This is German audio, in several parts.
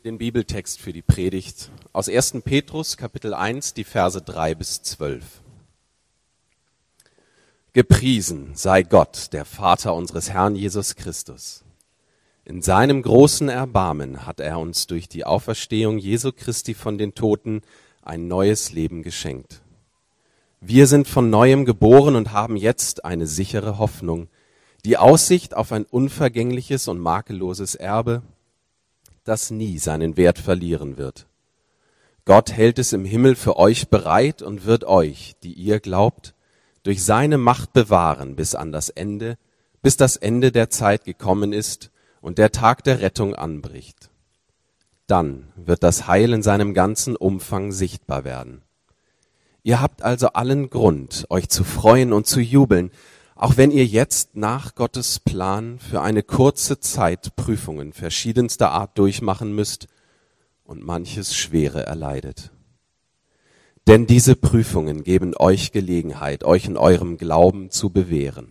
Den Bibeltext für die Predigt aus 1. Petrus, Kapitel 1, die Verse 3 bis 12. Gepriesen sei Gott, der Vater unseres Herrn Jesus Christus. In seinem großen Erbarmen hat er uns durch die Auferstehung Jesu Christi von den Toten ein neues Leben geschenkt. Wir sind von Neuem geboren und haben jetzt eine sichere Hoffnung, die Aussicht auf ein unvergängliches und makelloses Erbe, das nie seinen Wert verlieren wird. Gott hält es im Himmel für euch bereit und wird euch, die ihr glaubt, durch seine Macht bewahren bis das Ende der Zeit gekommen ist und der Tag der Rettung anbricht. Dann wird das Heil in seinem ganzen Umfang sichtbar werden. Ihr habt also allen Grund, euch zu freuen und zu jubeln, auch wenn ihr jetzt nach Gottes Plan für eine kurze Zeit Prüfungen verschiedenster Art durchmachen müsst und manches Schwere erleidet. Denn diese Prüfungen geben euch Gelegenheit, euch in eurem Glauben zu bewähren.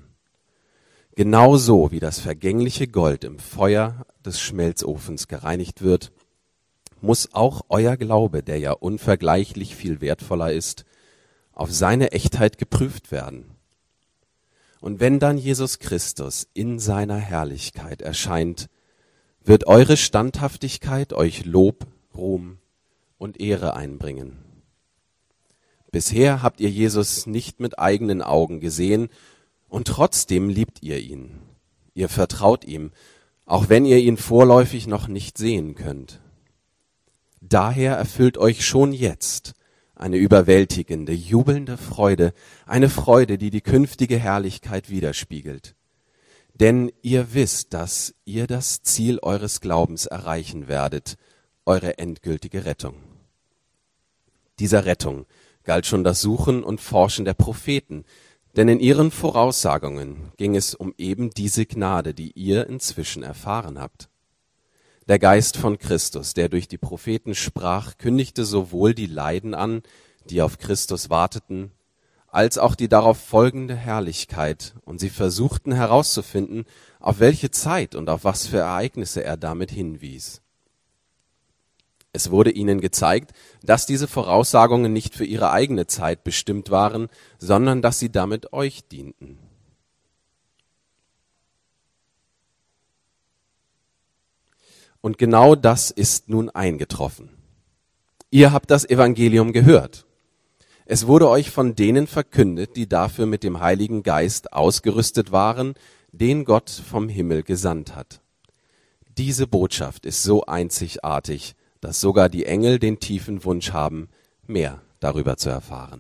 Genauso wie das vergängliche Gold im Feuer des Schmelzofens gereinigt wird, muss auch euer Glaube, der ja unvergleichlich viel wertvoller ist, auf seine Echtheit geprüft werden. Und wenn dann Jesus Christus in seiner Herrlichkeit erscheint, wird eure Standhaftigkeit euch Lob, Ruhm und Ehre einbringen. Bisher habt ihr Jesus nicht mit eigenen Augen gesehen und trotzdem liebt ihr ihn. Ihr vertraut ihm, auch wenn ihr ihn vorläufig noch nicht sehen könnt. Daher erfüllt euch schon jetzt eine überwältigende, jubelnde Freude, eine Freude, die die künftige Herrlichkeit widerspiegelt. Denn ihr wisst, dass ihr das Ziel eures Glaubens erreichen werdet, eure endgültige Rettung. Dieser Rettung galt schon das Suchen und Forschen der Propheten, denn in ihren Voraussagungen ging es um eben diese Gnade, die ihr inzwischen erfahren habt. Der Geist von Christus, der durch die Propheten sprach, kündigte sowohl die Leiden an, die auf Christus warteten, als auch die darauf folgende Herrlichkeit, und sie versuchten herauszufinden, auf welche Zeit und auf was für Ereignisse er damit hinwies. Es wurde ihnen gezeigt, dass diese Voraussagungen nicht für ihre eigene Zeit bestimmt waren, sondern dass sie damit euch dienten. Und genau das ist nun eingetroffen. Ihr habt das Evangelium gehört. Es wurde euch von denen verkündet, die dafür mit dem Heiligen Geist ausgerüstet waren, den Gott vom Himmel gesandt hat. Diese Botschaft ist so einzigartig, dass sogar die Engel den tiefen Wunsch haben, mehr darüber zu erfahren.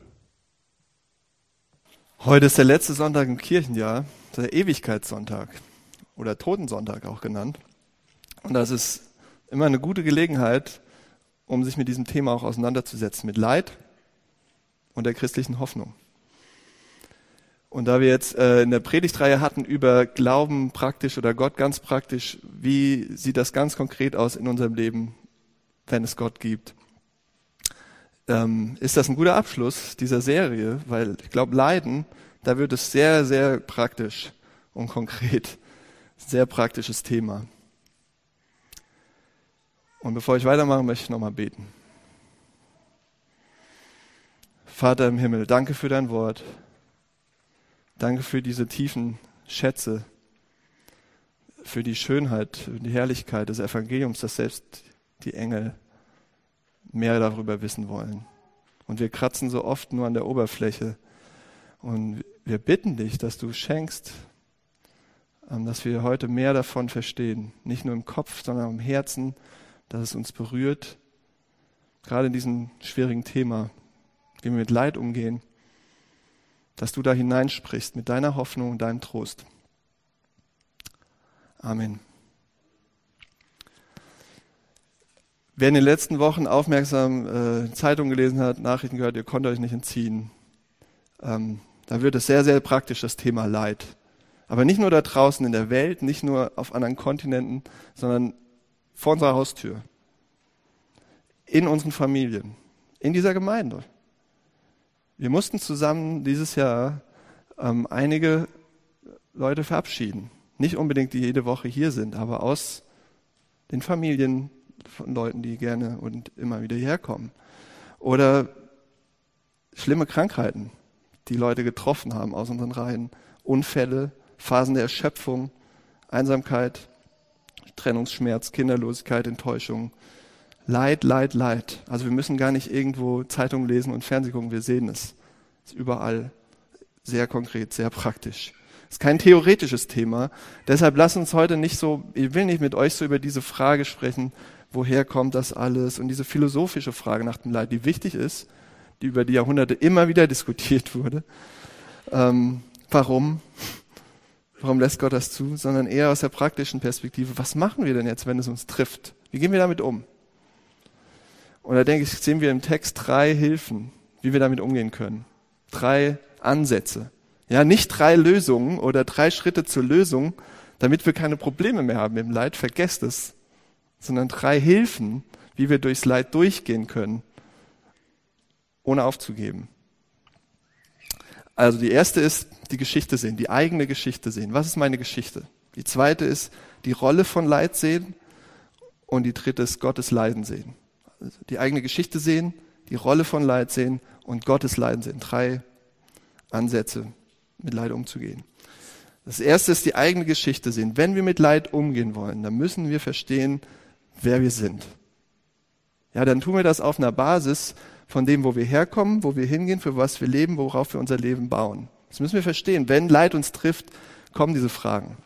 Heute ist der letzte Sonntag im Kirchenjahr, der Ewigkeitssonntag oder Totensonntag auch genannt. Und das ist immer eine gute Gelegenheit, um sich mit diesem Thema auch auseinanderzusetzen, mit Leid und der christlichen Hoffnung. Und da wir jetzt in der Predigtreihe hatten über Glauben praktisch oder Gott ganz praktisch, wie sieht das ganz konkret aus in unserem Leben, wenn es Gott gibt, ist das ein guter Abschluss dieser Serie, weil ich glaube, Leiden, da wird es sehr, sehr praktisch und konkret. Sehr praktisches Thema. Und bevor ich weitermache, möchte ich nochmal beten. Vater im Himmel, danke für dein Wort. Danke für diese tiefen Schätze, für die Schönheit, für die Herrlichkeit des Evangeliums, dass selbst die Engel mehr darüber wissen wollen. Und wir kratzen so oft nur an der Oberfläche. Und wir bitten dich, dass du schenkst, dass wir heute mehr davon verstehen. Nicht nur im Kopf, sondern im Herzen, dass es uns berührt, gerade in diesem schwierigen Thema, wie wir mit Leid umgehen, dass du da hineinsprichst mit deiner Hoffnung und deinem Trost. Amen. Wer in den letzten Wochen aufmerksam Zeitungen gelesen hat, Nachrichten gehört, ihr konnt euch nicht entziehen, da wird es sehr, sehr praktisch, das Thema Leid. Aber nicht nur da draußen in der Welt, nicht nur auf anderen Kontinenten, sondern vor unserer Haustür, in unseren Familien, in dieser Gemeinde. Wir mussten zusammen dieses Jahr einige Leute verabschieden. Nicht unbedingt, die jede Woche hier sind, aber aus den Familien von Leuten, die gerne und immer wieder hierher kommen. Oder schlimme Krankheiten, die Leute getroffen haben aus unseren Reihen. Unfälle, Phasen der Erschöpfung, Einsamkeit, Trennungsschmerz, Kinderlosigkeit, Enttäuschung. Leid, Leid, Leid. Also wir müssen gar nicht irgendwo Zeitungen lesen und Fernsehen gucken, wir sehen es. Es ist überall sehr konkret, sehr praktisch. Es ist kein theoretisches Thema. Deshalb lasst uns heute nicht so, ich will nicht mit euch so über diese Frage sprechen, woher kommt das alles? Und diese philosophische Frage nach dem Leid, die wichtig ist, die über die Jahrhunderte immer wieder diskutiert wurde. Warum? Warum lässt Gott das zu? Sondern eher aus der praktischen Perspektive, was machen wir denn jetzt, wenn es uns trifft? Wie gehen wir damit um? Und da denke ich, sehen wir im Text 3 Hilfen, wie wir damit umgehen können. 3 Ansätze. Ja, nicht 3 Lösungen oder 3 Schritte zur Lösung, damit wir keine Probleme mehr haben im Leid, vergesst es. Sondern 3 Hilfen, wie wir durchs Leid durchgehen können, ohne aufzugeben. Also die erste ist, die Geschichte sehen, die eigene Geschichte sehen. Was ist meine Geschichte? Die zweite ist, die Rolle von Leid sehen. Und die dritte ist, Gottes Leiden sehen. Also die eigene Geschichte sehen, die Rolle von Leid sehen und Gottes Leiden sehen. 3 Ansätze, mit Leid umzugehen. Das erste ist die eigene Geschichte sehen. Wenn wir mit Leid umgehen wollen, dann müssen wir verstehen, wer wir sind. Ja, dann tun wir das auf einer Basis von dem, wo wir herkommen, wo wir hingehen, für was wir leben, worauf wir unser Leben bauen. Das müssen wir verstehen. Wenn Leid uns trifft, kommen diese Fragen.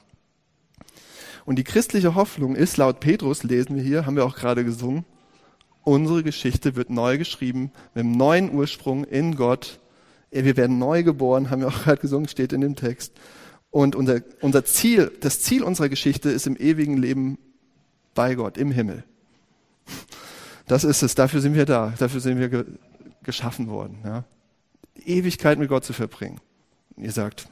Und die christliche Hoffnung ist, laut Petrus, lesen wir hier, haben wir auch gerade gesungen, unsere Geschichte wird neu geschrieben, mit einem neuen Ursprung in Gott. Wir werden neu geboren, haben wir auch gerade gesungen, steht in dem Text. Und unser Ziel, das Ziel unserer Geschichte ist im ewigen Leben bei Gott, im Himmel. Das ist es, dafür sind wir da, dafür sind wir geschaffen worden. Ja. Die Ewigkeit mit Gott zu verbringen. Und ihr sagt,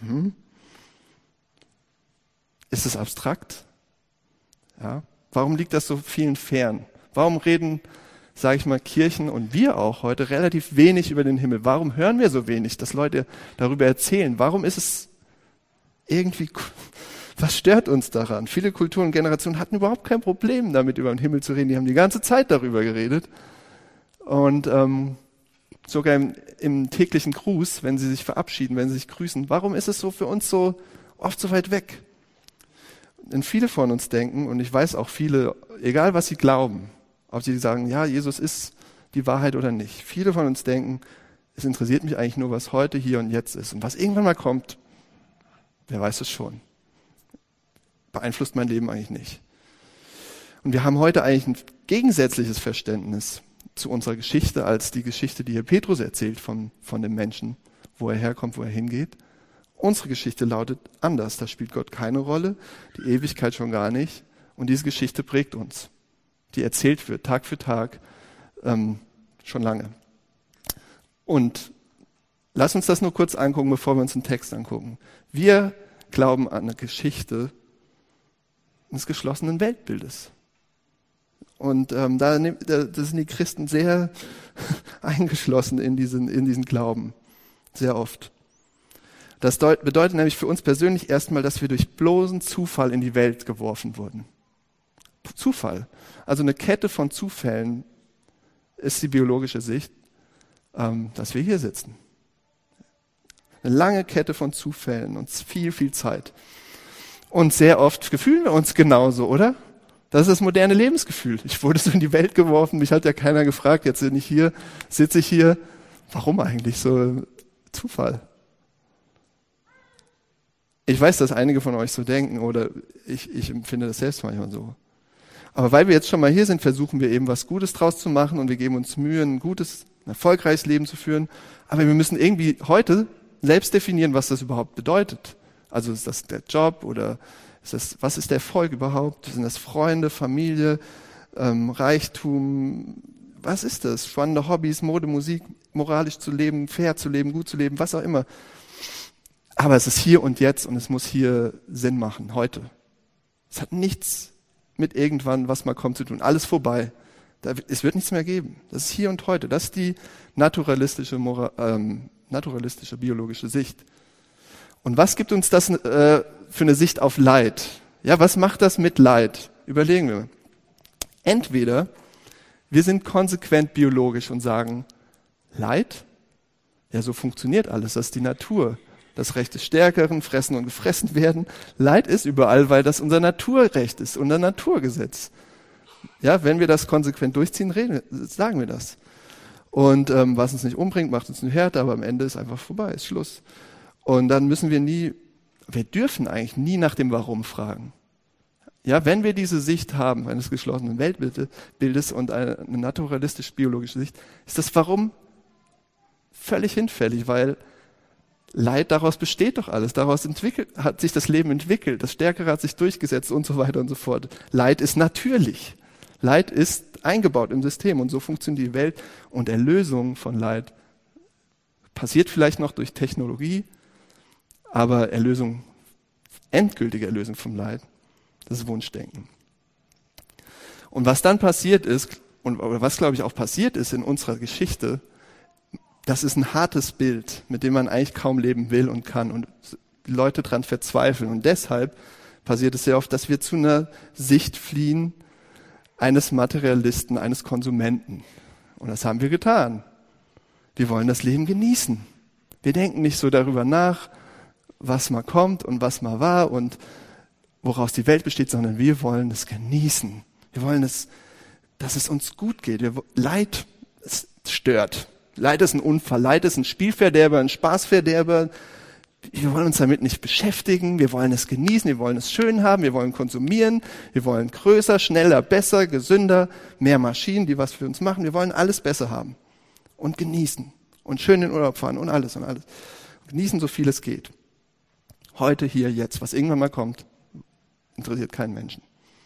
ist es abstrakt? Ja. Warum liegt das so vielen fern? Warum reden, sage ich mal, Kirchen und wir auch heute relativ wenig über den Himmel? Warum hören wir so wenig, dass Leute darüber erzählen? Warum ist es irgendwie, was stört uns daran? Viele Kulturen und Generationen hatten überhaupt kein Problem damit, über den Himmel zu reden. Die haben die ganze Zeit darüber geredet. Und sogar im täglichen Gruß, wenn sie sich verabschieden, wenn sie sich grüßen. Warum ist es so für uns so oft so weit weg? Denn viele von uns denken, und ich weiß auch viele, egal was sie glauben, ob sie sagen, ja, Jesus ist die Wahrheit oder nicht. Viele von uns denken, es interessiert mich eigentlich nur, was heute, hier und jetzt ist. Und was irgendwann mal kommt, wer weiß es schon. Beeinflusst mein Leben eigentlich nicht. Und wir haben heute eigentlich ein gegensätzliches Verständnis zu unserer Geschichte als die Geschichte, die hier Petrus erzählt von dem Menschen, wo er herkommt, wo er hingeht. Unsere Geschichte lautet anders. Da spielt Gott keine Rolle, die Ewigkeit schon gar nicht. Und diese Geschichte prägt uns, die erzählt wird, Tag für Tag, schon lange. Und lass uns das nur kurz angucken, bevor wir uns den Text angucken. Wir glauben an eine Geschichte eines geschlossenen Weltbildes. Und da sind die Christen sehr eingeschlossen in diesen Glauben, sehr oft. Das bedeutet nämlich für uns persönlich erstmal, dass wir durch bloßen Zufall in die Welt geworfen wurden. Zufall. Also eine Kette von Zufällen ist die biologische Sicht, dass wir hier sitzen. Eine lange Kette von Zufällen und viel, viel Zeit. Und sehr oft fühlen wir uns genauso, oder? Das ist das moderne Lebensgefühl. Ich wurde so in die Welt geworfen, mich hat ja keiner gefragt, jetzt bin ich hier, sitze ich hier. Warum eigentlich so Zufall? Ich weiß, dass einige von euch so denken oder ich empfinde das selbst manchmal so. Aber weil wir jetzt schon mal hier sind, versuchen wir eben was Gutes draus zu machen und wir geben uns Mühe, ein gutes, ein erfolgreiches Leben zu führen. Aber wir müssen irgendwie heute selbst definieren, was das überhaupt bedeutet. Also ist das der Job oder was ist der Erfolg überhaupt? Sind das Freunde, Familie, Reichtum? Was ist das? Spannende Hobbys, Mode, Musik, moralisch zu leben, fair zu leben, gut zu leben, was auch immer. Aber es ist hier und jetzt und es muss hier Sinn machen, heute. Es hat nichts mit irgendwann, was mal kommt, zu tun. Alles vorbei. Es wird nichts mehr geben. Das ist hier und heute. Das ist die naturalistische biologische Sicht. Und was gibt uns das für eine Sicht auf Leid? Ja, was macht das mit Leid? Überlegen wir. Entweder wir sind konsequent biologisch und sagen, Leid, ja, so funktioniert alles, das ist die Natur. Das Recht des Stärkeren, fressen und gefressen werden. Leid ist überall, weil das unser Naturrecht ist, unser Naturgesetz. Ja, wenn wir das konsequent durchziehen, sagen wir das. Und was uns nicht umbringt, macht uns nur härter, aber am Ende ist einfach vorbei, ist Schluss. Und dann müssen wir dürfen eigentlich nie nach dem Warum fragen. Ja, wenn wir diese Sicht haben, eines geschlossenen Weltbildes und eine naturalistisch-biologische Sicht, ist das Warum völlig hinfällig, weil Leid, daraus besteht doch alles, hat sich das Leben entwickelt, das Stärkere hat sich durchgesetzt und so weiter und so fort. Leid ist natürlich. Leid ist eingebaut im System und so funktioniert die Welt und Erlösung von Leid passiert vielleicht noch durch Technologie, aber endgültige Erlösung vom Leid, das ist Wunschdenken. Und was dann passiert ist, oder was glaube ich auch passiert ist in unserer Geschichte, das ist ein hartes Bild, mit dem man eigentlich kaum leben will und kann und die Leute dran verzweifeln. Und deshalb passiert es sehr oft, dass wir zu einer Sicht fliehen eines Materialisten, eines Konsumenten. Und das haben wir getan. Wir wollen das Leben genießen. Wir denken nicht so darüber nach, was mal kommt und was mal war und woraus die Welt besteht, sondern wir wollen es genießen. Wir wollen dass es uns gut geht. Leid stört. Leid ist ein Unfall, Leid ist ein Spielverderber, ein Spaßverderber. Wir wollen uns damit nicht beschäftigen, wir wollen es genießen, wir wollen es schön haben, wir wollen konsumieren, wir wollen größer, schneller, besser, gesünder, mehr Maschinen, die was für uns machen. Wir wollen alles besser haben und genießen und schön in den Urlaub fahren und alles. Genießen, so viel es geht. Heute, hier, jetzt, was irgendwann mal kommt, interessiert keinen Menschen.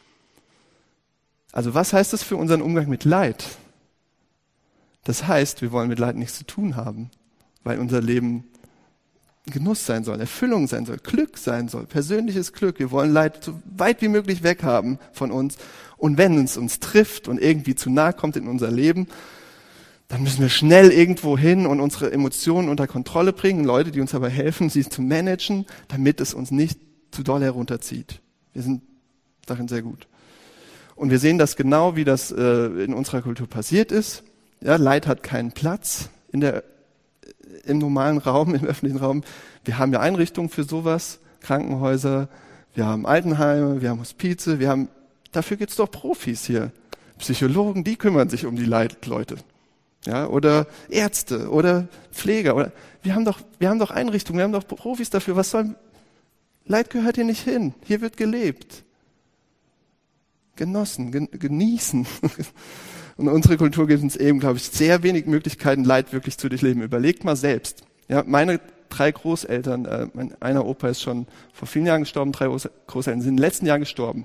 Also was heißt das für unseren Umgang mit Leid? Das heißt, wir wollen mit Leid nichts zu tun haben, weil unser Leben Genuss sein soll, Erfüllung sein soll, Glück sein soll, persönliches Glück. Wir wollen Leid so weit wie möglich weghaben von uns. Und wenn es uns trifft und irgendwie zu nahe kommt in unser Leben, dann müssen wir schnell irgendwo hin und unsere Emotionen unter Kontrolle bringen. Leute, die uns aber helfen, sie zu managen, damit es uns nicht zu doll herunterzieht. Wir sind darin sehr gut. Und wir sehen das genau, wie das in unserer Kultur passiert ist. Ja, Leid hat keinen Platz im normalen Raum, im öffentlichen Raum. Wir haben ja Einrichtungen für sowas, Krankenhäuser, wir haben Altenheime, wir haben Hospize, dafür gibt's doch Profis hier. Psychologen, die kümmern sich um die Leute. Ja, oder Ärzte oder Pfleger. Wir haben doch Einrichtungen, wir haben doch Profis dafür. Leid gehört hier nicht hin. Hier wird gelebt. Genossen, genießen. Und unsere Kultur gibt uns eben, glaube ich, sehr wenig Möglichkeiten, Leid wirklich zu durchleben. Überlegt mal selbst. Ja, meine 3 Großeltern, einer Opa ist schon vor vielen Jahren gestorben, 3 Großeltern sind in den letzten Jahren gestorben.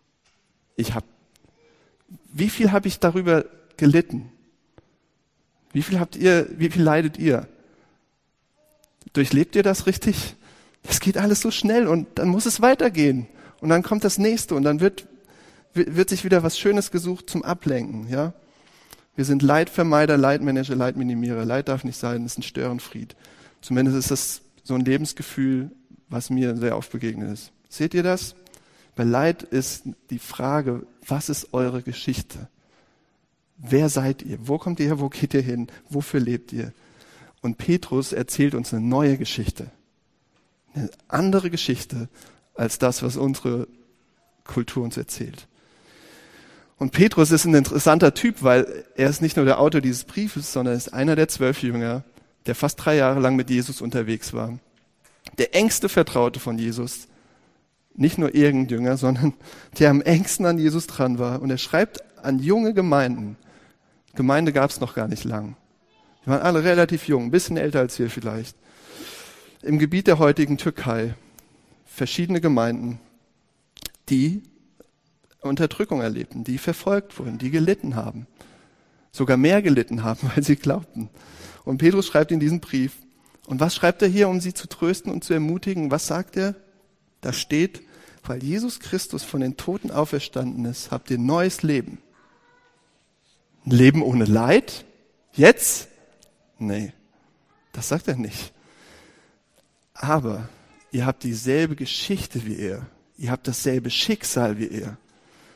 Wie viel habe ich darüber gelitten? Wie viel leidet ihr? Durchlebt ihr das richtig? Das geht alles so schnell und dann muss es weitergehen. Und dann kommt das nächste und dann wird sich wieder was Schönes gesucht zum Ablenken, ja? Wir sind Leidvermeider, Leidmanager, Leidminimierer. Leid darf nicht sein, es ist ein Störenfried. Zumindest ist das so ein Lebensgefühl, was mir sehr oft begegnet ist. Seht ihr das? Bei Leid ist die Frage, was ist eure Geschichte? Wer seid ihr? Wo kommt ihr her? Wo geht ihr hin? Wofür lebt ihr? Und Petrus erzählt uns eine neue Geschichte. Eine andere Geschichte als das, was unsere Kultur uns erzählt. Und Petrus ist ein interessanter Typ, weil er ist nicht nur der Autor dieses Briefes, sondern er ist einer der 12 Jünger, der fast 3 Jahre lang mit Jesus unterwegs war. Der engste Vertraute von Jesus. Nicht nur irgendein Jünger, sondern der am engsten an Jesus dran war. Und er schreibt an junge Gemeinden. Gemeinde gab es noch gar nicht lang. Die waren alle relativ jung, ein bisschen älter als wir vielleicht. Im Gebiet der heutigen Türkei. Verschiedene Gemeinden, die Unterdrückung erlebten, die verfolgt wurden, die gelitten haben. Sogar mehr gelitten haben, weil sie glaubten. Und Petrus schreibt in diesen Brief. Und was schreibt er hier, um sie zu trösten und zu ermutigen? Was sagt er? Da steht, weil Jesus Christus von den Toten auferstanden ist, habt ihr neues Leben. Ein Leben ohne Leid? Jetzt? Nee, das sagt er nicht. Aber ihr habt dieselbe Geschichte wie er. Ihr habt dasselbe Schicksal wie er.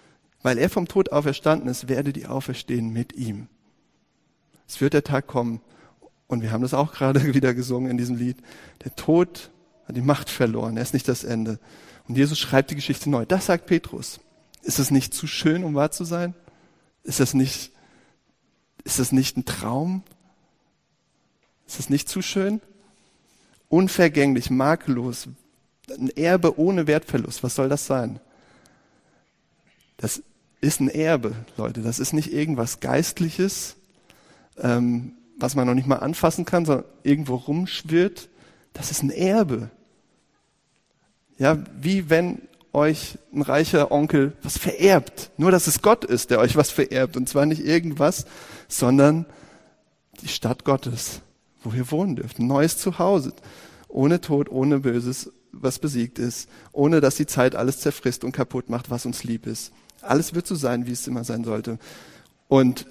Weil er vom Tod auferstanden ist, werdet ihr auferstehen mit ihm. Es wird der Tag kommen, und wir haben das auch gerade wieder gesungen in diesem Lied, der Tod hat die Macht verloren, er ist nicht das Ende. Und Jesus schreibt die Geschichte neu. Das sagt Petrus. Ist es nicht zu schön, um wahr zu sein? Ist das nicht ein Traum? Ist das nicht zu schön? Unvergänglich, makellos, ein Erbe ohne Wertverlust. Was soll das sein? Das ist ein Erbe, Leute. Das ist nicht irgendwas Geistliches, was man noch nicht mal anfassen kann, sondern irgendwo rumschwirrt. Das ist ein Erbe. Ja, wie wenn euch ein reicher Onkel was vererbt. Nur, dass es Gott ist, der euch was vererbt. Und zwar nicht irgendwas, sondern die Stadt Gottes, wo ihr wohnen dürft. Ein neues Zuhause. Ohne Tod, ohne Böses, was besiegt ist. Ohne, dass die Zeit alles zerfrisst und kaputt macht, was uns lieb ist. Alles wird so sein, wie es immer sein sollte. Und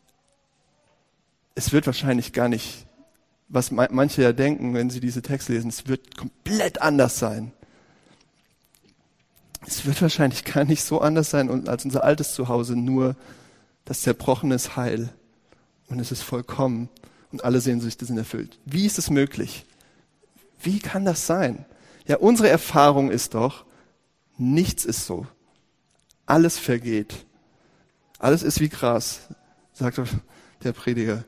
es wird wahrscheinlich gar nicht, was manche ja denken, wenn sie diese Texte lesen, es wird komplett anders sein. Es wird wahrscheinlich gar nicht so anders sein als unser altes Zuhause, nur das Zerbrochene ist heil und es ist vollkommen und alle Sehnsüchte sind erfüllt. Wie ist es möglich? Wie kann das sein? Ja, unsere Erfahrung ist doch, nichts ist so. Alles vergeht. Alles ist wie Gras, sagt der Prediger.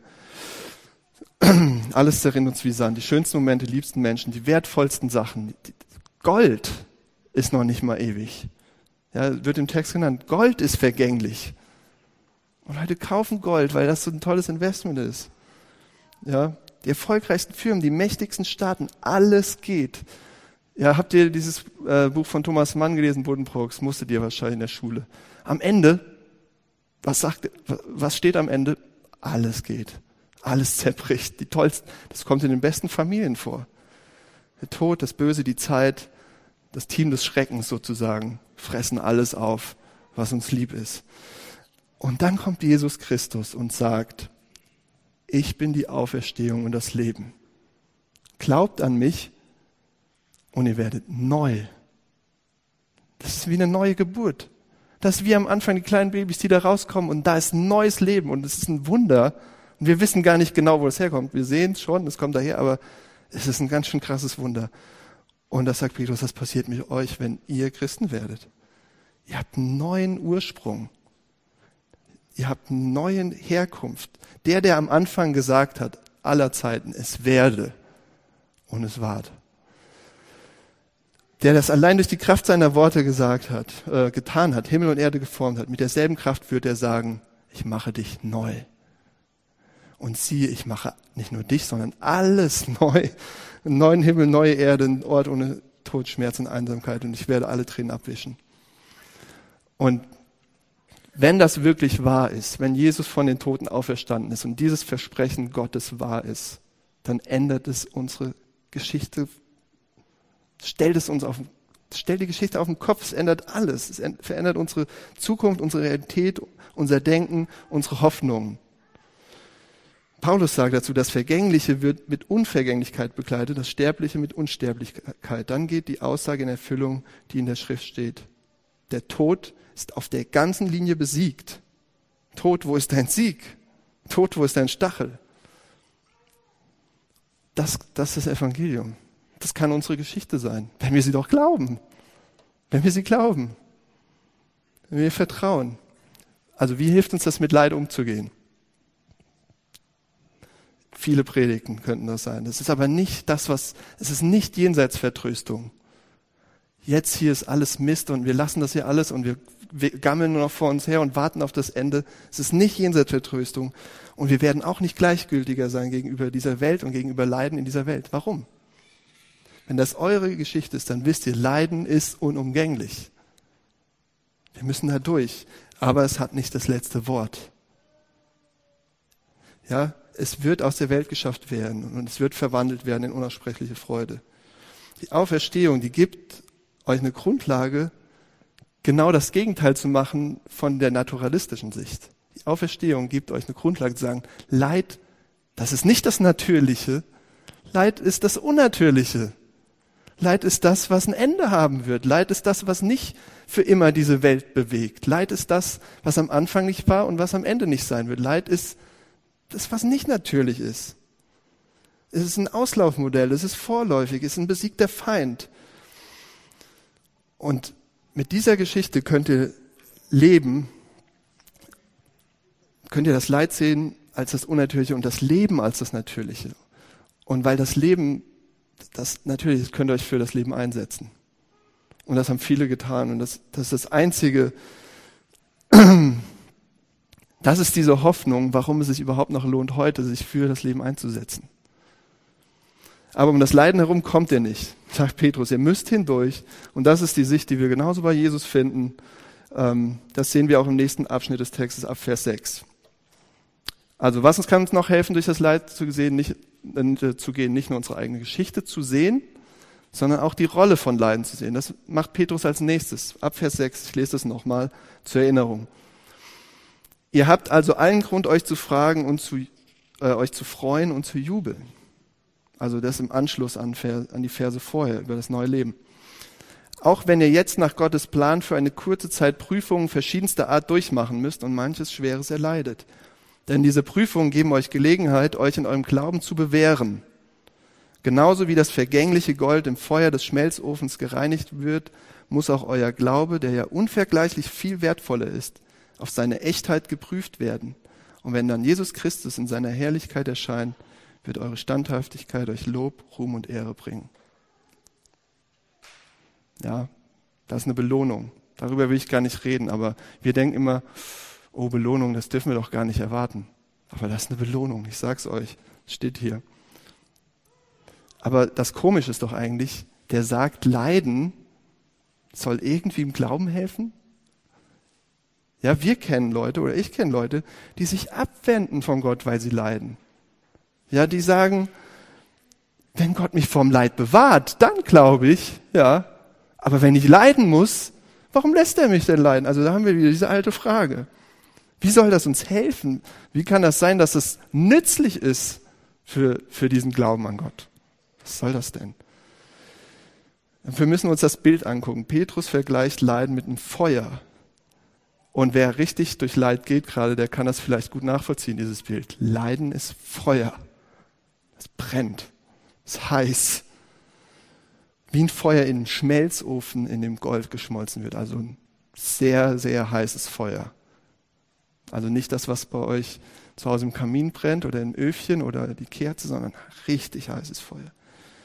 Alles zerrinnt uns wie Sand. Die schönsten Momente, die liebsten Menschen, die wertvollsten Sachen. Gold ist noch nicht mal ewig. Ja, wird im Text genannt. Gold ist vergänglich. Und Leute kaufen Gold, weil das so ein tolles Investment ist. Ja, die erfolgreichsten Firmen, die mächtigsten Staaten, alles geht. Ja, habt ihr dieses Buch von Thomas Mann gelesen, Buddenbrooks? Musstet ihr wahrscheinlich in der Schule. Am Ende, was steht am Ende? Alles geht. Alles zerbricht. Die tollsten, das kommt in den besten Familien vor. Der Tod, das Böse, die Zeit, das Team des Schreckens sozusagen, fressen alles auf, was uns lieb ist. Und dann kommt Jesus Christus und sagt, ich bin die Auferstehung und das Leben. Glaubt an mich und ihr werdet neu. Das ist wie eine neue Geburt. Das ist wie am Anfang die kleinen Babys, die da rauskommen und da ist ein neues Leben und es ist ein Wunder. Und wir wissen gar nicht genau, wo es herkommt. Wir sehen es schon, es kommt daher, aber es ist ein ganz schön krasses Wunder. Und das sagt Petrus, das passiert mit euch, wenn ihr Christen werdet. Ihr habt einen neuen Ursprung. Ihr habt eine neue Herkunft. Der am Anfang gesagt hat, aller Zeiten, es werde und es ward. Der das allein durch die Kraft seiner Worte getan hat, Himmel und Erde geformt hat, mit derselben Kraft wird er sagen, ich mache dich neu. Und siehe, ich mache nicht nur dich, sondern alles neu. Einen neuen Himmel, neue Erde, einen Ort ohne Tod, Schmerz und Einsamkeit. Und ich werde alle Tränen abwischen. Und wenn das wirklich wahr ist, wenn Jesus von den Toten auferstanden ist und dieses Versprechen Gottes wahr ist, dann ändert es unsere Geschichte, stellt die Geschichte auf den Kopf, es ändert alles. Es verändert unsere Zukunft, unsere Realität, unser Denken, unsere Hoffnungen. Paulus sagt dazu, das Vergängliche wird mit Unvergänglichkeit begleitet, das Sterbliche mit Unsterblichkeit. Dann geht die Aussage in Erfüllung, die in der Schrift steht. Der Tod ist auf der ganzen Linie besiegt. Tod, wo ist dein Sieg? Tod, wo ist dein Stachel? Das ist das Evangelium. Das kann unsere Geschichte sein, wenn wir sie doch glauben. Wenn wir sie glauben. Wenn wir vertrauen. Also wie hilft uns das, mit Leid umzugehen? Viele Predigten könnten das sein. Das ist aber nicht es ist nicht Jenseitsvertröstung. Jetzt hier ist alles Mist und wir lassen das hier alles und wir gammeln nur noch vor uns her und warten auf das Ende. Es ist nicht Jenseitsvertröstung und wir werden auch nicht gleichgültiger sein gegenüber dieser Welt und gegenüber Leiden in dieser Welt. Warum? Wenn das eure Geschichte ist, dann wisst ihr, Leiden ist unumgänglich. Wir müssen da durch, aber es hat nicht das letzte Wort. Ja, es wird aus der Welt geschafft werden und es wird verwandelt werden in unaussprechliche Freude. Die Auferstehung, die gibt euch eine Grundlage, genau das Gegenteil zu machen von der naturalistischen Sicht. Die Auferstehung gibt euch eine Grundlage zu sagen, Leid, das ist nicht das Natürliche, Leid ist das Unnatürliche. Leid ist das, was ein Ende haben wird. Leid ist das, was nicht für immer diese Welt bewegt. Leid ist das, was am Anfang nicht war und was am Ende nicht sein wird. Leid ist das, was nicht natürlich ist. Es ist ein Auslaufmodell, es ist vorläufig, es ist ein besiegter Feind. Und mit dieser Geschichte könnt ihr leben, könnt ihr das Leid sehen als das Unnatürliche und das Leben als das Natürliche. Und weil das Leben, das Natürliche ist, könnt ihr euch für das Leben einsetzen. Und das haben viele getan. Und das ist das Einzige, das ist diese Hoffnung, warum es sich überhaupt noch lohnt, heute sich für das Leben einzusetzen. Aber um das Leiden herum kommt ihr nicht, sagt Petrus. Ihr müsst hindurch. Und das ist die Sicht, die wir genauso bei Jesus finden. Das sehen wir auch im nächsten Abschnitt des Textes ab Vers 6. Also was kann uns noch helfen, durch das Leid zu gehen? Nicht nur unsere eigene Geschichte zu sehen, sondern auch die Rolle von Leiden zu sehen. Das macht Petrus als nächstes. Ab Vers 6, ich lese das nochmal zur Erinnerung. Ihr habt also allen Grund, euch zu fragen und euch zu freuen und zu jubeln. Also das im Anschluss an die Verse vorher über das neue Leben. Auch wenn ihr jetzt nach Gottes Plan für eine kurze Zeit Prüfungen verschiedenster Art durchmachen müsst und manches Schweres erleidet. Denn diese Prüfungen geben euch Gelegenheit, euch in eurem Glauben zu bewähren. Genauso wie das vergängliche Gold im Feuer des Schmelzofens gereinigt wird, muss auch euer Glaube, der ja unvergleichlich viel wertvoller ist, auf seine Echtheit geprüft werden. Und wenn dann Jesus Christus in seiner Herrlichkeit erscheint, wird eure Standhaftigkeit euch Lob, Ruhm und Ehre bringen. Ja, das ist eine Belohnung. Darüber will ich gar nicht reden, aber wir denken immer, oh, Belohnung, das dürfen wir doch gar nicht erwarten. Aber das ist eine Belohnung, ich sag's euch, steht hier. Aber das Komische ist doch eigentlich, der sagt, Leiden soll irgendwie im Glauben helfen? Ja, wir kennen Leute, oder ich kenne Leute, die sich abwenden von Gott, weil sie leiden. Ja, die sagen, wenn Gott mich vom Leid bewahrt, dann glaube ich, ja. Aber wenn ich leiden muss, warum lässt er mich denn leiden? Also da haben wir wieder diese alte Frage. Wie soll das uns helfen? Wie kann das sein, dass es nützlich ist für diesen Glauben an Gott? Was soll das denn? Wir müssen uns das Bild angucken. Petrus vergleicht Leiden mit einem Feuer. Und wer richtig durch Leid geht gerade, der kann das vielleicht gut nachvollziehen, dieses Bild. Leiden ist Feuer. Es brennt. Es ist heiß. Wie ein Feuer in einem Schmelzofen, in dem Gold geschmolzen wird. Also ein sehr, sehr heißes Feuer. Also nicht das, was bei euch zu Hause im Kamin brennt oder im Öfchen oder die Kerze, sondern richtig heißes Feuer.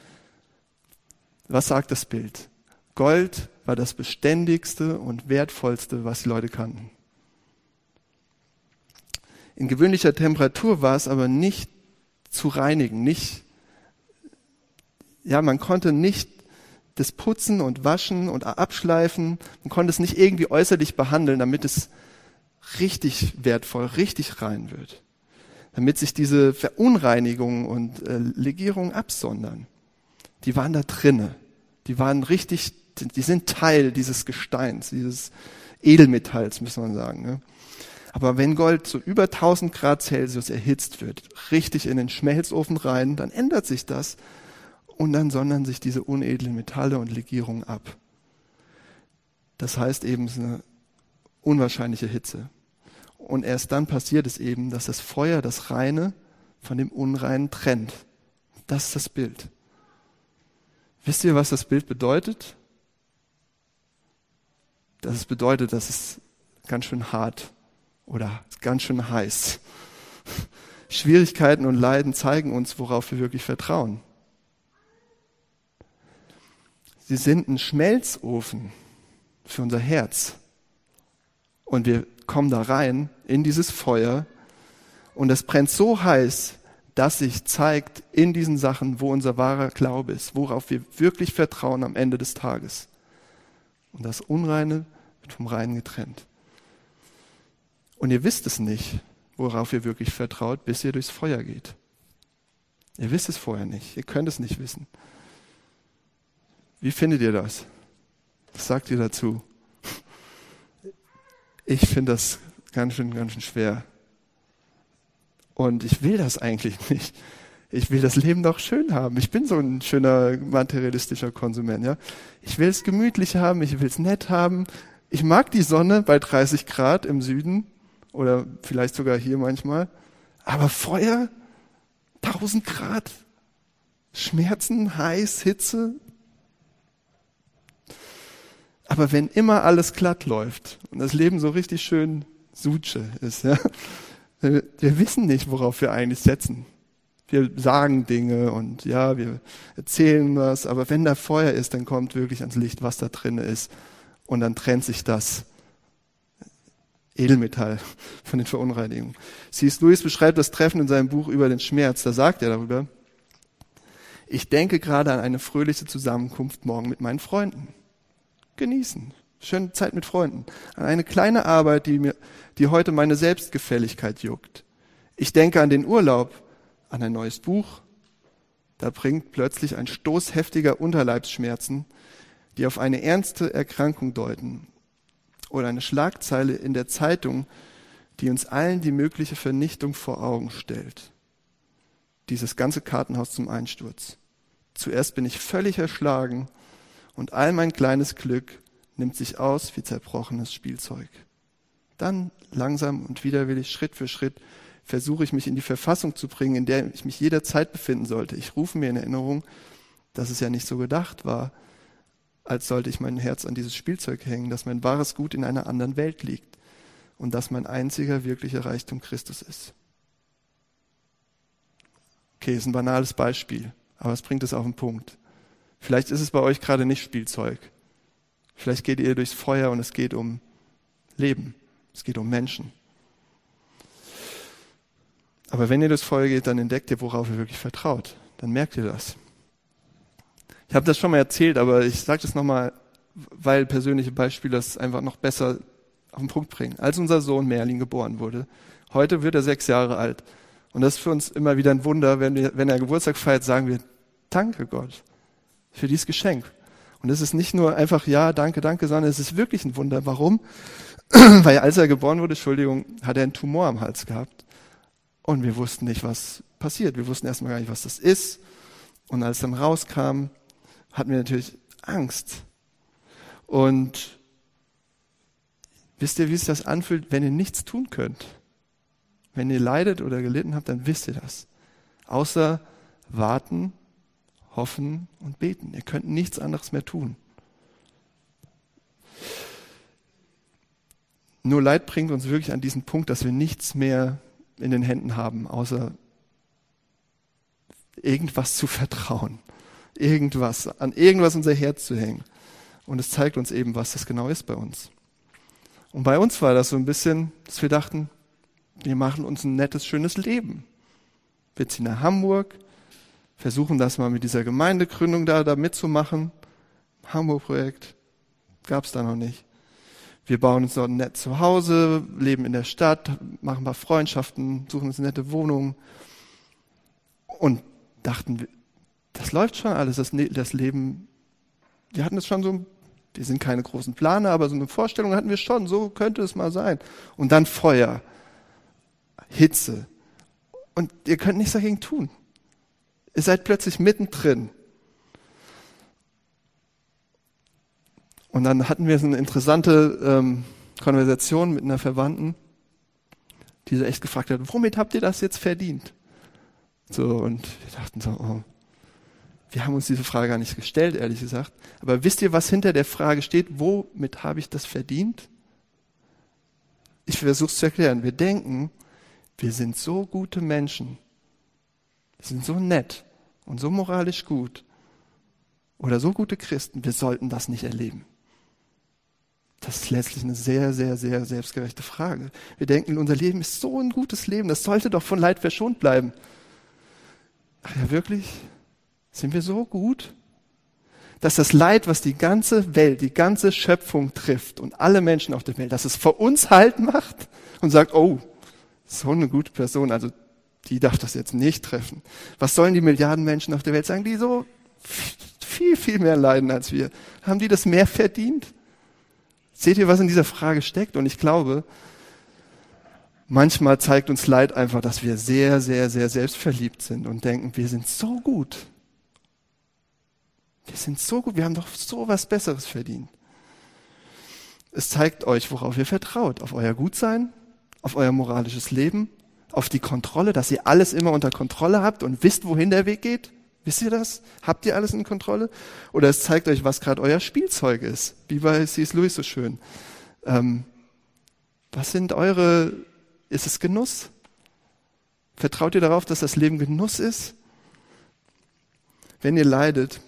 Was sagt das Bild? Gold war das beständigste und wertvollste, was die Leute kannten. In gewöhnlicher Temperatur war es aber nicht zu reinigen, man konnte nicht das putzen und waschen und abschleifen, man konnte es nicht irgendwie äußerlich behandeln, damit es richtig wertvoll, richtig rein wird. Damit sich diese Verunreinigungen und Legierungen absondern. Die waren da drinne. Die sind Teil dieses Gesteins, dieses Edelmetalls, muss man sagen. Ne? Aber wenn Gold so über 1000 Grad Celsius erhitzt wird, richtig in den Schmelzofen rein, dann ändert sich das und dann sondern sich diese unedlen Metalle und Legierungen ab. Das heißt eben, es ist eine unwahrscheinliche Hitze. Und erst dann passiert es eben, dass das Feuer das Reine von dem Unreinen trennt. Das ist das Bild. Wisst ihr, was das Bild bedeutet? Das bedeutet, dass es ganz schön hart oder ganz schön heiß. Schwierigkeiten und Leiden zeigen uns, worauf wir wirklich vertrauen. Sie sind ein Schmelzofen für unser Herz. Und wir kommen da rein in dieses Feuer und es brennt so heiß, dass sich zeigt in diesen Sachen, wo unser wahrer Glaube ist, worauf wir wirklich vertrauen am Ende des Tages. Und das Unreine wird vom Reinen getrennt. Und ihr wisst es nicht, worauf ihr wirklich vertraut, bis ihr durchs Feuer geht. Ihr wisst es vorher nicht, ihr könnt es nicht wissen. Wie findet ihr das? Was sagt ihr dazu? Ich finde das ganz schön schwer. Und ich will das eigentlich nicht. Ich will das Leben doch schön haben. Ich bin so ein schöner materialistischer Konsument. Ja? Ich will es gemütlich haben, ich will es nett haben. Ich mag die Sonne bei 30 Grad im Süden oder vielleicht sogar hier manchmal. Aber Feuer, 1000 Grad, Schmerzen, heiß, Hitze. Aber wenn immer alles glatt läuft und das Leben so richtig schön Suche ist, ja, wir wissen nicht, worauf wir eigentlich setzen. Wir sagen Dinge und ja, wir erzählen was, aber wenn da Feuer ist, dann kommt wirklich ans Licht, was da drin ist. Und dann trennt sich das Edelmetall von den Verunreinigungen. C.S. Lewis beschreibt das Treffen in seinem Buch über den Schmerz. Da sagt er darüber: Ich denke gerade an eine fröhliche Zusammenkunft morgen mit meinen Freunden. Genießen. Schöne Zeit mit Freunden. An eine kleine Arbeit, die heute meine Selbstgefälligkeit juckt. Ich denke an den Urlaub, an ein neues Buch. Da bringt plötzlich ein Stoß heftiger Unterleibsschmerzen, die auf eine ernste Erkrankung deuten. Oder eine Schlagzeile in der Zeitung, die uns allen die mögliche Vernichtung vor Augen stellt. Dieses ganze Kartenhaus zum Einsturz. Zuerst bin ich völlig erschlagen und all mein kleines Glück nimmt sich aus wie zerbrochenes Spielzeug. Dann langsam und widerwillig, Schritt für Schritt, versuche ich mich in die Verfassung zu bringen, in der ich mich jederzeit befinden sollte. Ich rufe mir in Erinnerung, dass es ja nicht so gedacht war, als sollte ich mein Herz an dieses Spielzeug hängen, dass mein wahres Gut in einer anderen Welt liegt und dass mein einziger wirklicher Reichtum Christus ist. Okay, ist ein banales Beispiel, aber es bringt es auf den Punkt. Vielleicht ist es bei euch gerade nicht Spielzeug. Vielleicht geht ihr durchs Feuer und es geht um Leben. Es geht um Menschen. Aber wenn ihr durchs Feuer geht, dann entdeckt ihr, worauf ihr wirklich vertraut. Dann merkt ihr das. Ich habe das schon mal erzählt, aber ich sage das nochmal, weil persönliche Beispiele das einfach noch besser auf den Punkt bringen. Als unser Sohn Merlin geboren wurde, heute wird er 6 Jahre alt. Und das ist für uns immer wieder ein Wunder, wenn er Geburtstag feiert, sagen wir, danke Gott für dieses Geschenk. Und es ist nicht nur einfach, ja, danke, sondern es ist wirklich ein Wunder. Warum? Weil als er geboren wurde, hat er einen Tumor am Hals gehabt. Und wir wussten nicht, was passiert. Wir wussten erstmal gar nicht, was das ist. Und als dann rauskam, hatten wir natürlich Angst. Und wisst ihr, wie sich das anfühlt, wenn ihr nichts tun könnt? Wenn ihr leidet oder gelitten habt, dann wisst ihr das. Außer warten, hoffen und beten. Ihr könnt nichts anderes mehr tun. Nur Leid bringt uns wirklich an diesen Punkt, dass wir nichts mehr in den Händen haben, außer irgendwas zu vertrauen. An irgendwas unser Herz zu hängen. Und es zeigt uns eben, was das genau ist bei uns. Und bei uns war das so ein bisschen, dass wir dachten, wir machen uns ein nettes, schönes Leben. Wir ziehen nach Hamburg, versuchen das mal mit dieser Gemeindegründung da mitzumachen. Hamburg-Projekt gab es da noch nicht. Wir bauen uns dort nett zu Hause, leben in der Stadt, machen ein paar Freundschaften, suchen uns eine nette Wohnung und dachten, das läuft schon alles, das Leben, wir hatten es schon so, wir sind keine großen Planer, aber so eine Vorstellung hatten wir schon, so könnte es mal sein. Und dann Feuer, Hitze und ihr könnt nichts dagegen tun. Ihr seid plötzlich mittendrin. Und dann hatten wir so eine interessante Konversation mit einer Verwandten, die so echt gefragt hat, womit habt ihr das jetzt verdient? So, und wir dachten so, oh, wir haben uns diese Frage gar nicht gestellt, ehrlich gesagt. Aber wisst ihr, was hinter der Frage steht? Womit habe ich das verdient? Ich versuche es zu erklären. Wir denken, wir sind so gute Menschen. Wir sind so nett und so moralisch gut. Oder so gute Christen, wir sollten das nicht erleben. Das ist letztlich eine sehr, sehr, sehr selbstgerechte Frage. Wir denken, unser Leben ist so ein gutes Leben, das sollte doch von Leid verschont bleiben. Ach ja, wirklich? Sind wir so gut? Dass das Leid, was die ganze Welt, die ganze Schöpfung trifft und alle Menschen auf der Welt, dass es vor uns Halt macht und sagt, oh, so eine gute Person, also die darf das jetzt nicht treffen. Was sollen die Milliarden Menschen auf der Welt sagen, die so viel, viel mehr leiden als wir? Haben die das mehr verdient? Seht ihr, was in dieser Frage steckt? Und ich glaube, Manchmal zeigt uns Leid einfach, dass wir sehr, sehr, sehr selbstverliebt sind und denken, wir sind so gut. Wir sind so gut, wir haben doch so was Besseres verdient. Es zeigt euch, worauf ihr vertraut. Auf euer Gutsein, auf euer moralisches Leben, auf die Kontrolle, dass ihr alles immer unter Kontrolle habt und wisst, wohin der Weg geht. Wisst ihr das? Habt ihr alles in Kontrolle? Oder es zeigt euch, was gerade euer Spielzeug ist. Wie bei C.S. Lewis so schön. Was sind ist es Genuss? Vertraut ihr darauf, dass das Leben Genuss ist? Wenn ihr leidet,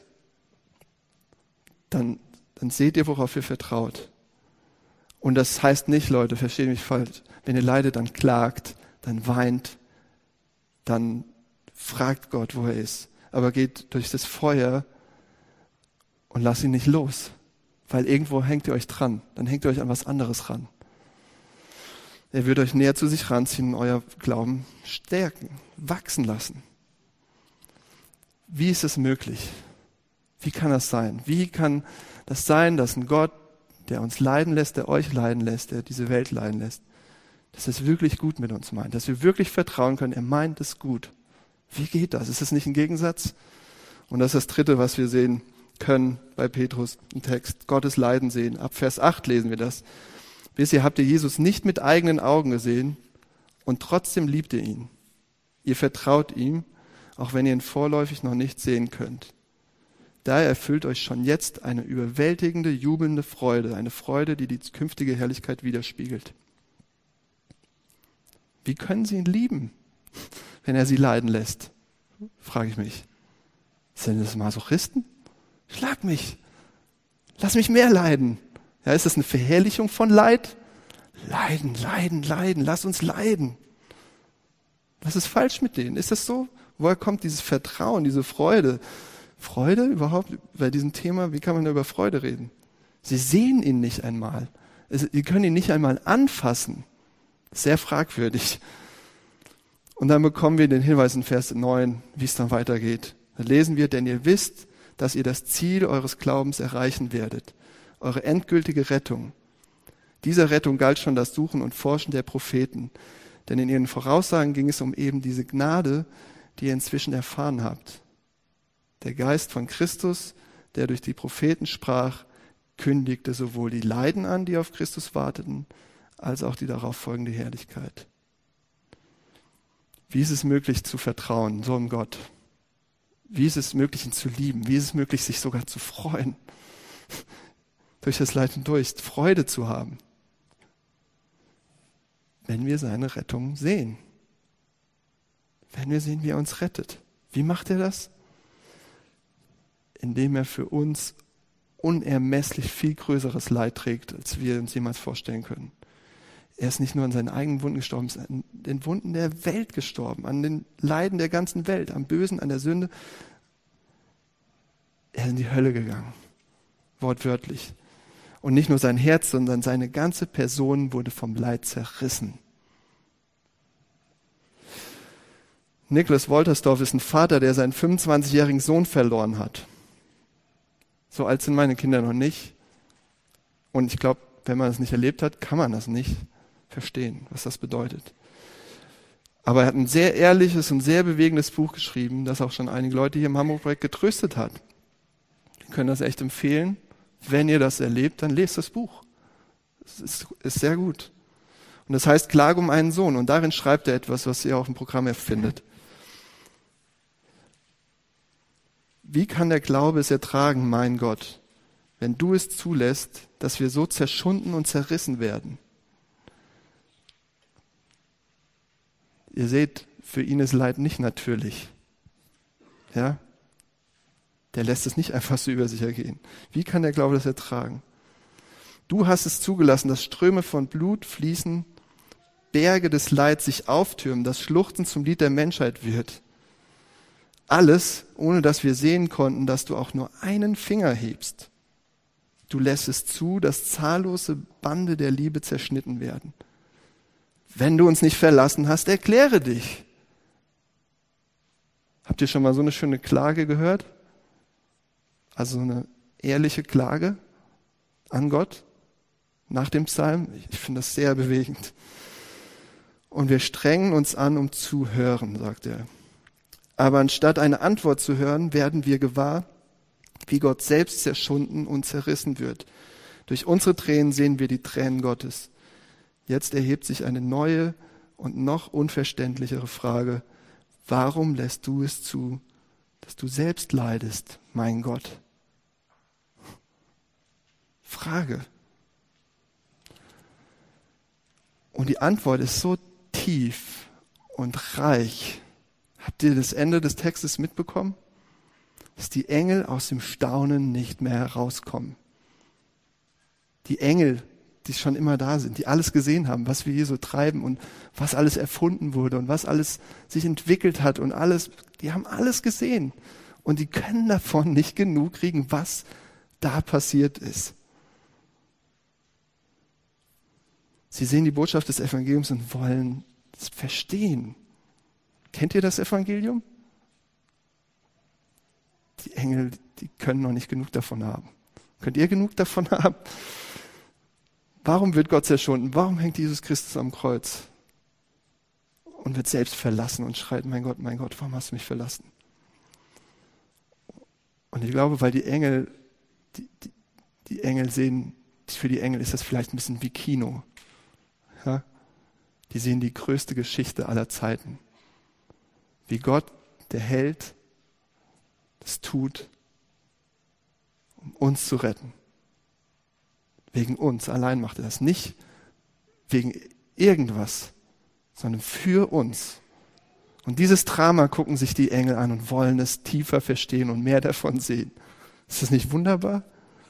dann seht ihr, worauf ihr vertraut. Und das heißt nicht, Leute, versteht mich falsch, wenn ihr leidet, dann klagt, dann weint, dann fragt Gott, wo er ist. Aber geht durch das Feuer und lasst ihn nicht los. Weil irgendwo hängt ihr euch dran. Dann hängt ihr euch an was anderes ran. Er wird euch näher zu sich ranziehen und euer Glauben stärken, wachsen lassen. Wie ist es möglich? Wie kann das sein? Wie kann das sein, dass ein Gott, der uns leiden lässt, der euch leiden lässt, der diese Welt leiden lässt, dass er es wirklich gut mit uns meint, dass wir wirklich vertrauen können, er meint es gut. Wie geht das? Ist das nicht ein Gegensatz? Und das ist das Dritte, was wir sehen können bei Petrus im Text. Gottes Leiden sehen. Ab Vers 8 lesen wir das. Wisst ihr, habt ihr Jesus nicht mit eigenen Augen gesehen und trotzdem liebt ihr ihn. Ihr vertraut ihm, auch wenn ihr ihn vorläufig noch nicht sehen könnt. Daher erfüllt euch schon jetzt eine überwältigende, jubelnde Freude, eine Freude, die die künftige Herrlichkeit widerspiegelt. Wie können sie ihn lieben, wenn er sie leiden lässt? Frage ich mich. Sind das Masochisten? Schlag mich. Lass mich mehr leiden. Ja, ist das eine Verherrlichung von Leid? Leiden, leiden, leiden. Lass uns leiden. Was ist falsch mit denen? Ist das so? Woher kommt dieses Vertrauen, diese Freude? Freude überhaupt bei diesem Thema? Wie kann man da über Freude reden? Sie sehen ihn nicht einmal. Sie können ihn nicht einmal anfassen. Sehr fragwürdig. Und dann bekommen wir den Hinweis in Vers 9, wie es dann weitergeht. Da lesen wir, denn ihr wisst, dass ihr das Ziel eures Glaubens erreichen werdet. Eure endgültige Rettung. Dieser Rettung galt schon das Suchen und Forschen der Propheten. Denn in ihren Voraussagen ging es um eben diese Gnade, die ihr inzwischen erfahren habt. Der Geist von Christus, der durch die Propheten sprach, kündigte sowohl die Leiden an, die auf Christus warteten, als auch die darauf folgende Herrlichkeit. Wie ist es möglich zu vertrauen, so einem Gott? Wie ist es möglich, ihn zu lieben? Wie ist es möglich, sich sogar zu freuen? Durch das Leid hindurch Freude zu haben. Wenn wir seine Rettung sehen. Wenn wir sehen, wie er uns rettet. Wie macht er das? Indem er für uns unermesslich viel größeres Leid trägt, als wir uns jemals vorstellen können. Er ist nicht nur an seinen eigenen Wunden gestorben, er ist an den Wunden der Welt gestorben, an den Leiden der ganzen Welt, am Bösen, an der Sünde. Er ist in die Hölle gegangen, wortwörtlich. Und nicht nur sein Herz, sondern seine ganze Person wurde vom Leid zerrissen. Nicholas Wolterstorff ist ein Vater, der seinen 25-jährigen Sohn verloren hat. So alt sind meine Kinder noch nicht. Und ich glaube, wenn man es nicht erlebt hat, kann man das nicht verstehen, was das bedeutet. Aber er hat ein sehr ehrliches und sehr bewegendes Buch geschrieben, das auch schon einige Leute hier im Hamburg-Projekt getröstet hat. Wir können das echt empfehlen. Wenn ihr das erlebt, dann lest das Buch. Es ist sehr gut. Und das heißt Klage um einen Sohn. Und darin schreibt er etwas, was ihr auch im Programm findet. Wie kann der Glaube es ertragen, mein Gott, wenn du es zulässt, dass wir so zerschunden und zerrissen werden? Ihr seht, für ihn ist Leid nicht natürlich. Ja? Der lässt es nicht einfach so über sich ergehen. Wie kann der Glaube das ertragen? Du hast es zugelassen, dass Ströme von Blut fließen, Berge des Leids sich auftürmen, dass Schluchzen zum Lied der Menschheit wird. Alles, ohne dass wir sehen konnten, dass du auch nur einen Finger hebst. Du lässt es zu, dass zahllose Bande der Liebe zerschnitten werden. Wenn du uns nicht verlassen hast, erkläre dich. Habt ihr schon mal so eine schöne Klage gehört? Also so eine ehrliche Klage an Gott nach dem Psalm? Ich finde das sehr bewegend. Und wir strengen uns an, um zu hören, sagt er. Aber anstatt eine Antwort zu hören, werden wir gewahr, wie Gott selbst zerschunden und zerrissen wird. Durch unsere Tränen sehen wir die Tränen Gottes. Jetzt erhebt sich eine neue und noch unverständlichere Frage. Warum lässt du es zu, dass du selbst leidest, mein Gott? Frage. Und die Antwort ist so tief und reich. Habt ihr das Ende des Textes mitbekommen? Dass die Engel aus dem Staunen nicht mehr herauskommen. Die Engel, die schon immer da sind, die alles gesehen haben, was wir hier so treiben und was alles erfunden wurde und was alles sich entwickelt hat und alles, die haben alles gesehen. Und die können davon nicht genug kriegen, was da passiert ist. Sie sehen die Botschaft des Evangeliums und wollen es verstehen. Kennt ihr das Evangelium? Die Engel, die können noch nicht genug davon haben. Könnt ihr genug davon haben? Warum wird Gott zerschunden? Warum hängt Jesus Christus am Kreuz? Und wird selbst verlassen und schreit, mein Gott, warum hast du mich verlassen? Und ich glaube, weil die Engel, die Engel sehen, für die Engel ist das vielleicht ein bisschen wie Kino. Ja? Die sehen die größte Geschichte aller Zeiten. Wie Gott, der Held, das tut, um uns zu retten. Wegen uns allein macht er das. Nicht wegen irgendwas, sondern für uns. Und dieses Drama gucken sich die Engel an und wollen es tiefer verstehen und mehr davon sehen. Ist das nicht wunderbar?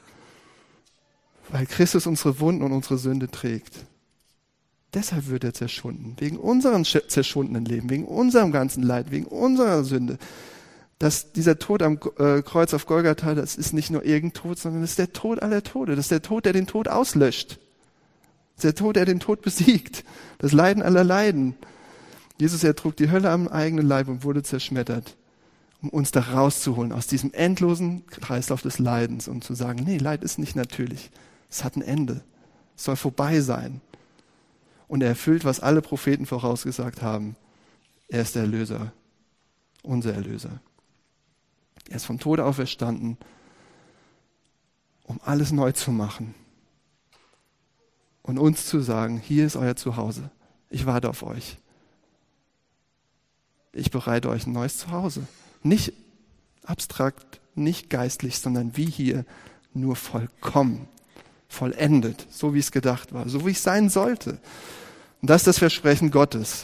Weil Christus unsere Wunden und unsere Sünde trägt. Deshalb wird er zerschunden. Wegen unserem zerschundenen Leben, wegen unserem ganzen Leid, wegen unserer Sünde. Dass dieser Tod am Kreuz auf Golgatha, das ist nicht nur irgendein Tod, sondern das ist der Tod aller Tode. Das ist der Tod, der den Tod auslöscht. Das ist der Tod, der den Tod besiegt. Das Leiden aller Leiden. Jesus, er trug die Hölle am eigenen Leib und wurde zerschmettert, um uns da rauszuholen aus diesem endlosen Kreislauf des Leidens und zu sagen, nee, Leid ist nicht natürlich. Es hat ein Ende. Es soll vorbei sein. Und er erfüllt, was alle Propheten vorausgesagt haben. Er ist der Erlöser, unser Erlöser. Er ist vom Tode auferstanden, um alles neu zu machen. Und uns zu sagen, hier ist euer Zuhause. Ich warte auf euch. Ich bereite euch ein neues Zuhause. Nicht abstrakt, nicht geistlich, sondern wie hier, nur vollkommen, vollendet, so wie es gedacht war, so wie es sein sollte. Und das ist das Versprechen Gottes.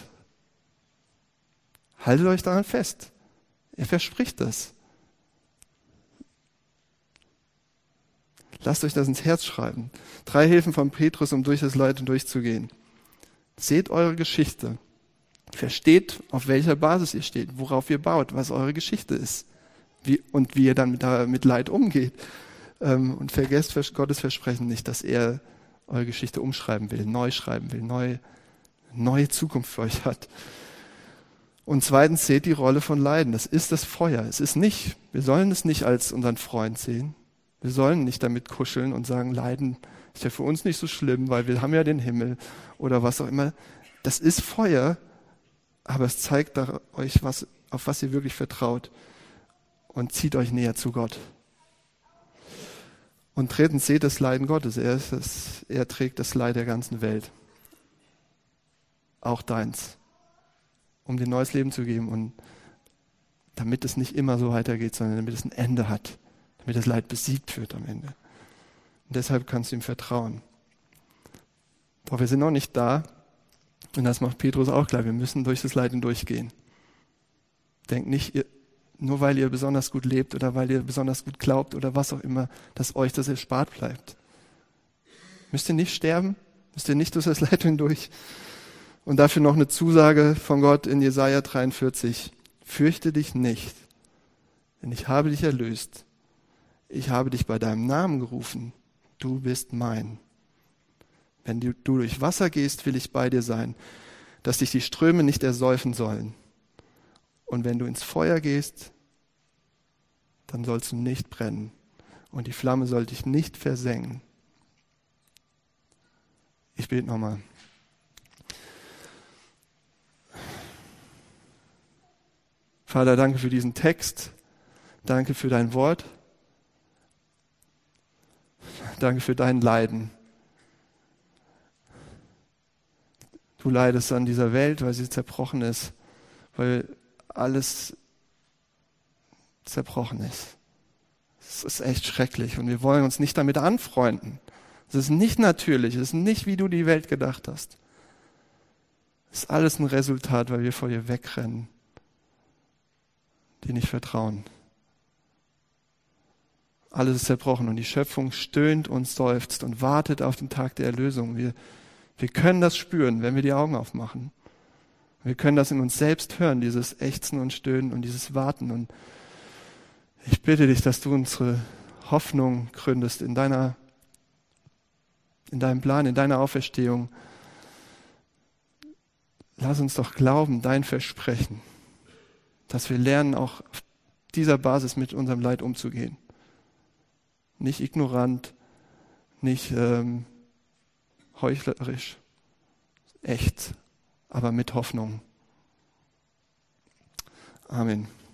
Haltet euch daran fest. Er verspricht das. Lasst euch das ins Herz schreiben. 3 Hilfen von Petrus, um durch das Leid durchzugehen. Seht eure Geschichte. Versteht, auf welcher Basis ihr steht, worauf ihr baut, was eure Geschichte ist und wie ihr dann mit Leid umgeht. Und vergesst Gottes Versprechen nicht, dass er eure Geschichte umschreiben will, neu schreiben will, neue Zukunft für euch hat. Und zweitens, seht die Rolle von Leiden. Das ist das Feuer. Wir sollen es nicht als unseren Freund sehen. Wir sollen nicht damit kuscheln und sagen, Leiden ist ja für uns nicht so schlimm, weil wir haben ja den Himmel oder was auch immer. Das ist Feuer, aber es zeigt euch, auf was ihr wirklich vertraut und zieht euch näher zu Gott. Und drittens, seht das Leiden Gottes. Er trägt das Leid der ganzen Welt. Auch deins. Um dir neues Leben zu geben und damit es nicht immer so weitergeht, sondern damit es ein Ende hat. Damit das Leid besiegt wird am Ende. Und deshalb kannst du ihm vertrauen. Doch wir sind noch nicht da. Und das macht Petrus auch klar. Wir müssen durch das Leid hindurchgehen. Denkt nicht, nur weil ihr besonders gut lebt oder weil ihr besonders gut glaubt oder was auch immer, dass euch das erspart bleibt. Müsst ihr nicht sterben? Müsst ihr nicht durch das Leid hindurch? Und dafür noch eine Zusage von Gott in Jesaja 43. Fürchte dich nicht, denn ich habe dich erlöst. Ich habe dich bei deinem Namen gerufen. Du bist mein. Wenn du durch Wasser gehst, will ich bei dir sein, dass dich die Ströme nicht ersäufen sollen. Und wenn du ins Feuer gehst, dann sollst du nicht brennen. Und die Flamme soll dich nicht versengen. Ich bete nochmal. Vater, danke für diesen Text. Danke für dein Wort. Danke für dein Leiden. Du leidest an dieser Welt, weil sie zerbrochen ist, weil alles zerbrochen ist. Es ist echt schrecklich und wir wollen uns nicht damit anfreunden. Es ist nicht natürlich, es ist nicht, wie du die Welt gedacht hast. Es ist alles ein Resultat, weil wir vor ihr wegrennen, die nicht vertrauen. Alles ist zerbrochen und die Schöpfung stöhnt und seufzt und wartet auf den Tag der Erlösung. Wir können das spüren, wenn wir die Augen aufmachen. Wir können das in uns selbst hören, dieses Ächzen und Stöhnen und dieses Warten. Und ich bitte dich, dass du unsere Hoffnung gründest in deinem Plan, in deiner Auferstehung. Lass uns doch glauben, dein Versprechen, dass wir lernen, auch auf dieser Basis mit unserem Leid umzugehen. Nicht ignorant, nicht heuchlerisch, echt, aber mit Hoffnung. Amen.